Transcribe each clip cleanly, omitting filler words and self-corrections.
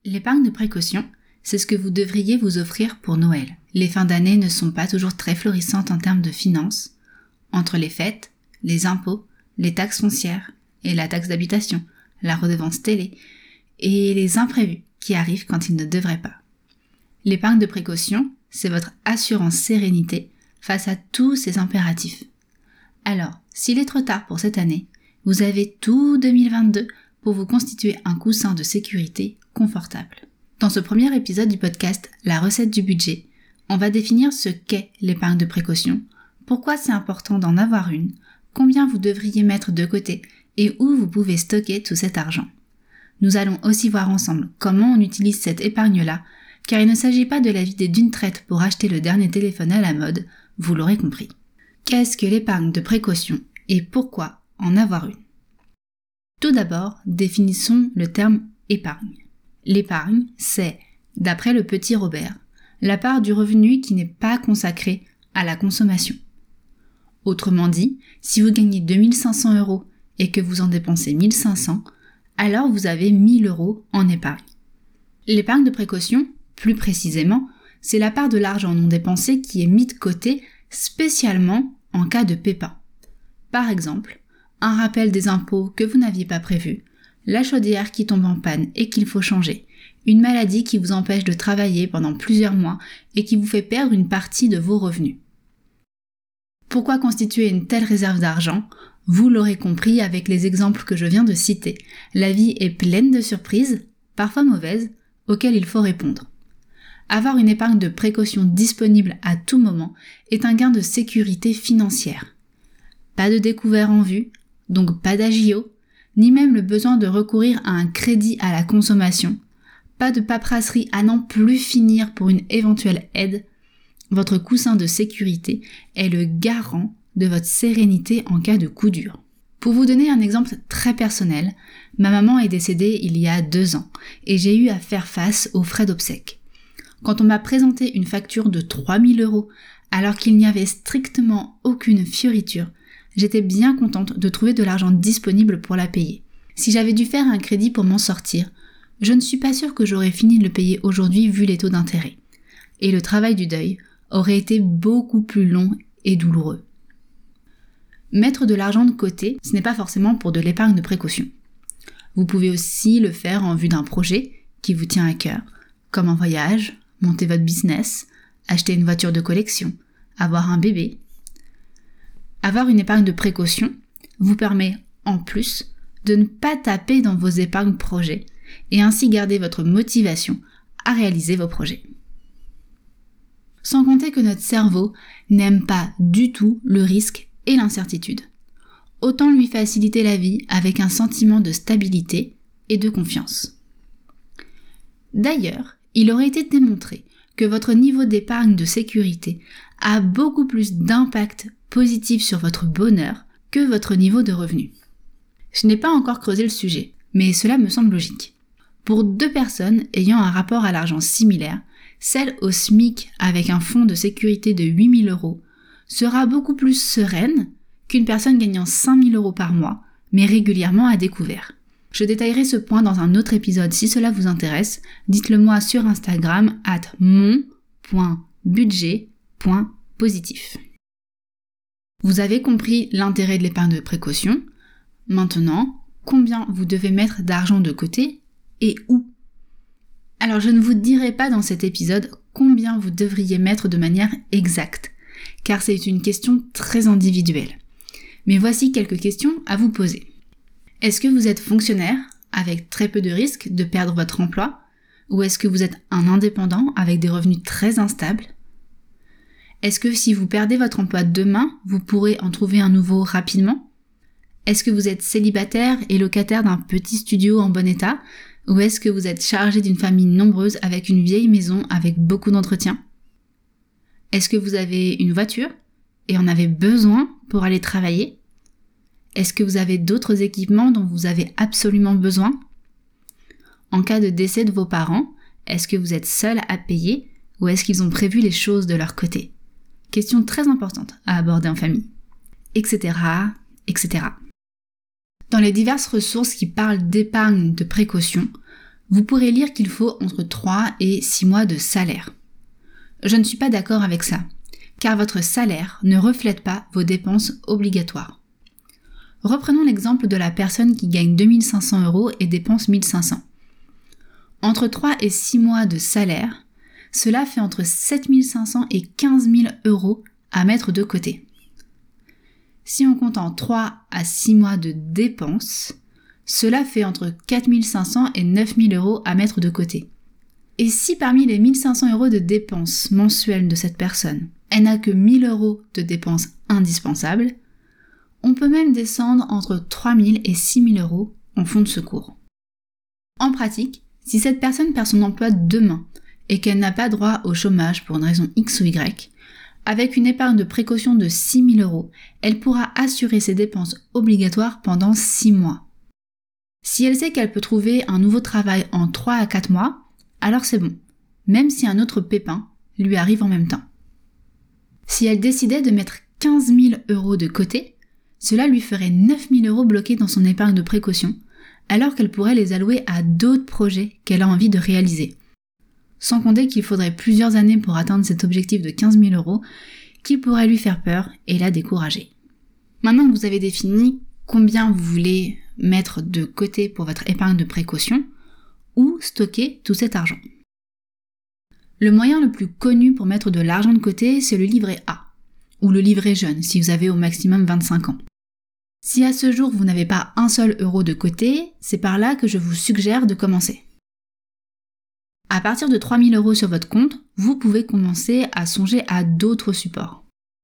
L'épargne de précaution, c'est ce que vous devriez vous offrir pour Noël. Les fins d'année ne sont pas toujours très florissantes en termes de finances. Entre les fêtes, les impôts, les taxes foncières et la taxe d'habitation, la redevance télé et les imprévus qui arrivent quand ils ne devraient pas. L'épargne de précaution, c'est votre assurance sérénité face à tous ces impératifs. Alors, s'il est trop tard pour cette année, vous avez tout 2022 pour vous constituer un coussin de sécurité confortable. Dans ce premier épisode du podcast La recette du budget, on va définir ce qu'est l'épargne de précaution, pourquoi c'est important d'en avoir une, combien vous devriez mettre de côté et où vous pouvez stocker tout cet argent. Nous allons aussi voir ensemble comment on utilise cette épargne-là, car il ne s'agit pas de la vider d'une traite pour acheter le dernier téléphone à la mode, vous l'aurez compris. Qu'est-ce que l'épargne de précaution et pourquoi en avoir une ? Tout d'abord, définissons le terme épargne. L'épargne, c'est, d'après le petit Robert, la part du revenu qui n'est pas consacrée à la consommation. Autrement dit, si vous gagnez 2500 € et que vous en dépensez 1500, alors vous avez 1000 € en épargne. L'épargne de précaution, plus précisément, c'est la part de l'argent non dépensé qui est mis de côté spécialement en cas de pépin. Par exemple, un rappel des impôts que vous n'aviez pas prévu, la chaudière qui tombe en panne et qu'il faut changer, une maladie qui vous empêche de travailler pendant plusieurs mois et qui vous fait perdre une partie de vos revenus. Pourquoi constituer une telle réserve d'argent ? Vous l'aurez compris avec les exemples que je viens de citer. La vie est pleine de surprises, parfois mauvaises, auxquelles il faut répondre. Avoir une épargne de précaution disponible à tout moment est un gain de sécurité financière. Pas de découvert en vue, donc pas d'agio, ni même le besoin de recourir à un crédit à la consommation, pas de paperasserie à n'en plus finir pour une éventuelle aide. Votre coussin de sécurité est le garant de votre sérénité en cas de coup dur. Pour vous donner un exemple très personnel, ma maman est décédée il y a 2 ans et j'ai eu à faire face aux frais d'obsèques. Quand on m'a présenté une facture de 3000 € alors qu'il n'y avait strictement aucune fioriture, j'étais bien contente de trouver de l'argent disponible pour la payer. Si j'avais dû faire un crédit pour m'en sortir, je ne suis pas sûre que j'aurais fini de le payer aujourd'hui vu les taux d'intérêt. Et le travail du deuil aurait été beaucoup plus long et douloureux. Mettre de l'argent de côté, ce n'est pas forcément pour de l'épargne de précaution. Vous pouvez aussi le faire en vue d'un projet qui vous tient à cœur, comme un voyage, monter votre business, acheter une voiture de collection, avoir un bébé. Avoir une épargne de précaution vous permet, en plus, de ne pas taper dans vos épargnes projets et ainsi garder votre motivation à réaliser vos projets. Sans compter que notre cerveau n'aime pas du tout le risque et l'incertitude. Autant lui faciliter la vie avec un sentiment de stabilité et de confiance. D'ailleurs, il aurait été démontré que votre niveau d'épargne de sécurité a beaucoup plus d'impact positif sur votre bonheur que votre niveau de revenu. Je n'ai pas encore creusé le sujet, mais cela me semble logique. Pour 2 personnes ayant un rapport à l'argent similaire, celle au SMIC avec un fonds de sécurité de 8000 € sera beaucoup plus sereine qu'une personne gagnant 5000 € par mois, mais régulièrement à découvert. Je détaillerai ce point dans un autre épisode si cela vous intéresse. Dites-le moi sur Instagram @mon.budget.positif. Vous avez compris l'intérêt de l'épargne de précaution. Maintenant, combien vous devez mettre d'argent de côté et où ? Alors je ne vous dirai pas dans cet épisode combien vous devriez mettre de manière exacte, car c'est une question très individuelle. Mais voici quelques questions à vous poser. Est-ce que vous êtes fonctionnaire, avec très peu de risque de perdre votre emploi, ou est-ce que vous êtes un indépendant avec des revenus très instables ? Est-ce que si vous perdez votre emploi demain, vous pourrez en trouver un nouveau rapidement ? Est-ce que vous êtes célibataire et locataire d'un petit studio en bon état ? Ou est-ce que vous êtes chargé d'une famille nombreuse avec une vieille maison avec beaucoup d'entretien ? Est-ce que vous avez une voiture et en avez besoin pour aller travailler ? Est-ce que vous avez d'autres équipements dont vous avez absolument besoin ? En cas de décès de vos parents, est-ce que vous êtes seul à payer ou est-ce qu'ils ont prévu les choses de leur côté ? Question très importante à aborder en famille. Etc. etc. Dans les diverses ressources qui parlent d'épargne de précaution, vous pourrez lire qu'il faut entre 3 et 6 mois de salaire. Je ne suis pas d'accord avec ça, car votre salaire ne reflète pas vos dépenses obligatoires. Reprenons l'exemple de la personne qui gagne 2500 € et dépense 1500. Entre 3 et 6 mois de salaire, cela fait entre 7500 et 15 000 € à mettre de côté. Si on compte en 3 à 6 mois de dépenses, cela fait entre 4 500 et 9 000 € à mettre de côté. Et si parmi les 1 500 € de dépenses mensuelles de cette personne, elle n'a que 1 000 € de dépenses indispensables, on peut même descendre entre 3 000 et 6 000 € en fonds de secours. En pratique, si cette personne perd son emploi demain et qu'elle n'a pas droit au chômage pour une raison X ou Y, avec une épargne de précaution de 6 000 €, elle pourra assurer ses dépenses obligatoires pendant 6 mois. Si elle sait qu'elle peut trouver un nouveau travail en 3 à 4 mois, alors c'est bon, même si un autre pépin lui arrive en même temps. Si elle décidait de mettre 15 000 € de côté, cela lui ferait 9 000 € bloqués dans son épargne de précaution, alors qu'elle pourrait les allouer à d'autres projets qu'elle a envie de réaliser. Sans compter qu'il faudrait plusieurs années pour atteindre cet objectif de 15 000 € qui pourrait lui faire peur et la décourager. Maintenant que vous avez défini combien vous voulez mettre de côté pour votre épargne de précaution, ou stocker tout cet argent. Le moyen le plus connu pour mettre de l'argent de côté, c'est le livret A, ou le livret jeune si vous avez au maximum 25 ans. Si à ce jour vous n'avez pas un seul euro de côté, c'est par là que je vous suggère de commencer. À partir de 3 000 € sur votre compte, vous pouvez commencer à songer à d'autres supports.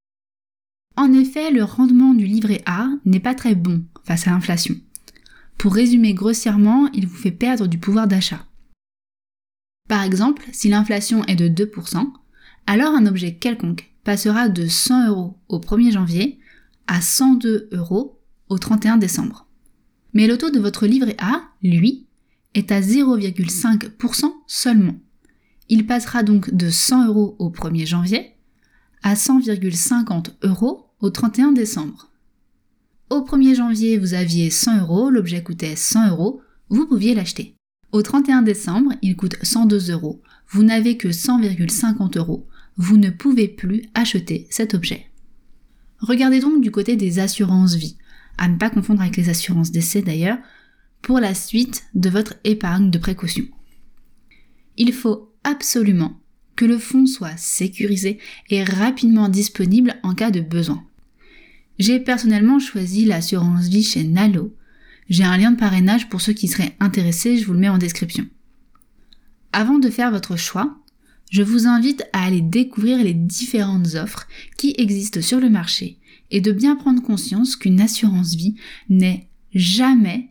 En effet, le rendement du livret A n'est pas très bon face à l'inflation. Pour résumer grossièrement, il vous fait perdre du pouvoir d'achat. Par exemple, si l'inflation est de 2%, alors un objet quelconque passera de 100 € au 1er janvier à 102 € au 31 décembre. Mais le taux de votre livret A, lui, est à 0,5% seulement. Il passera donc de 100 € au 1er janvier à 100,50 € au 31 décembre. Au 1er janvier, vous aviez 100 €, l'objet coûtait 100 €, vous pouviez l'acheter. Au 31 décembre, il coûte 102 €, vous n'avez que 100,50 €, vous ne pouvez plus acheter cet objet. Regardez donc du côté des assurances vie, à ne pas confondre avec les assurances décès d'ailleurs, pour la suite de votre épargne de précaution. Il faut absolument que le fonds soit sécurisé et rapidement disponible en cas de besoin. J'ai personnellement choisi l'assurance vie chez Nalo. J'ai un lien de parrainage pour ceux qui seraient intéressés, je vous le mets en description. Avant de faire votre choix, je vous invite à aller découvrir les différentes offres qui existent sur le marché et de bien prendre conscience qu'une assurance vie n'est jamais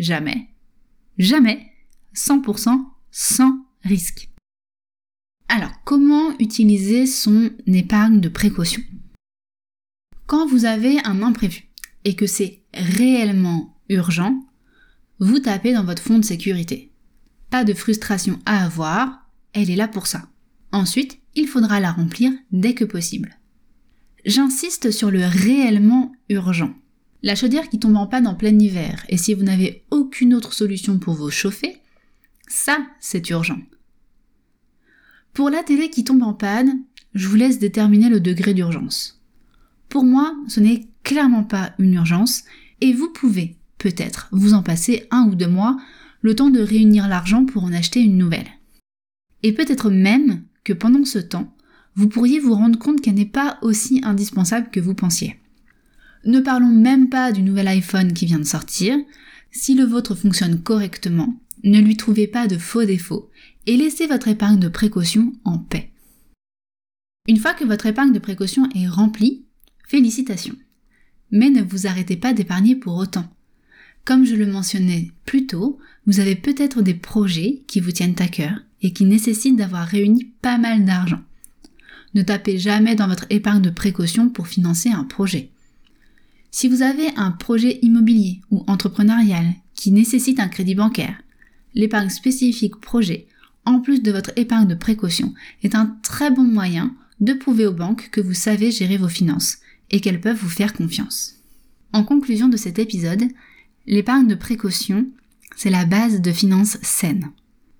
100% sans risque. Alors, comment utiliser son épargne de précaution ? Quand vous avez un imprévu et que c'est réellement urgent, vous tapez dans votre fonds de sécurité. Pas de frustration à avoir, elle est là pour ça. Ensuite, il faudra la remplir dès que possible. J'insiste sur le réellement urgent. La chaudière qui tombe en panne en plein hiver, et si vous n'avez aucune autre solution pour vous chauffer, ça, c'est urgent. Pour la télé qui tombe en panne, je vous laisse déterminer le degré d'urgence. Pour moi, ce n'est clairement pas une urgence, et vous pouvez peut-être vous en passer 1 ou 2 mois, le temps de réunir l'argent pour en acheter une nouvelle. Et peut-être même que pendant ce temps, vous pourriez vous rendre compte qu'elle n'est pas aussi indispensable que vous pensiez. Ne parlons même pas du nouvel iPhone qui vient de sortir. Si le vôtre fonctionne correctement, ne lui trouvez pas de faux défauts et laissez votre épargne de précaution en paix. Une fois que votre épargne de précaution est remplie, félicitations. Mais ne vous arrêtez pas d'épargner pour autant. Comme je le mentionnais plus tôt, vous avez peut-être des projets qui vous tiennent à cœur et qui nécessitent d'avoir réuni pas mal d'argent. Ne tapez jamais dans votre épargne de précaution pour financer un projet. Si vous avez un projet immobilier ou entrepreneurial qui nécessite un crédit bancaire, l'épargne spécifique projet, en plus de votre épargne de précaution, est un très bon moyen de prouver aux banques que vous savez gérer vos finances et qu'elles peuvent vous faire confiance. En conclusion de cet épisode, l'épargne de précaution, c'est la base de finances saines.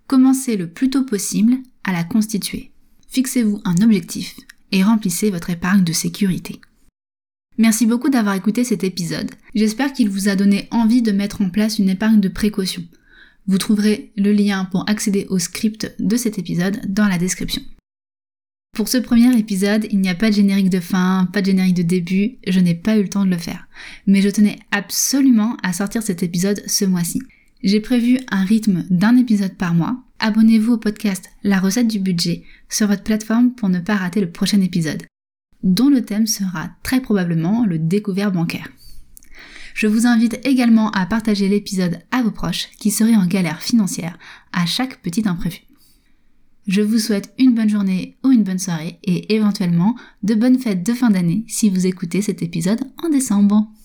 Commencez le plus tôt possible à la constituer. Fixez-vous un objectif et remplissez votre épargne de sécurité. Merci beaucoup d'avoir écouté cet épisode. J'espère qu'il vous a donné envie de mettre en place une épargne de précaution. Vous trouverez le lien pour accéder au script de cet épisode dans la description. Pour ce premier épisode, il n'y a pas de générique de fin, pas de générique de début, je n'ai pas eu le temps de le faire. Mais je tenais absolument à sortir cet épisode ce mois-ci. J'ai prévu un rythme d'un épisode par mois. Abonnez-vous au podcast La recette du budget sur votre plateforme pour ne pas rater le prochain épisode, dont le thème sera très probablement le découvert bancaire. Je vous invite également à partager l'épisode à vos proches qui seraient en galère financière à chaque petit imprévu. Je vous souhaite une bonne journée ou une bonne soirée et éventuellement de bonnes fêtes de fin d'année si vous écoutez cet épisode en décembre.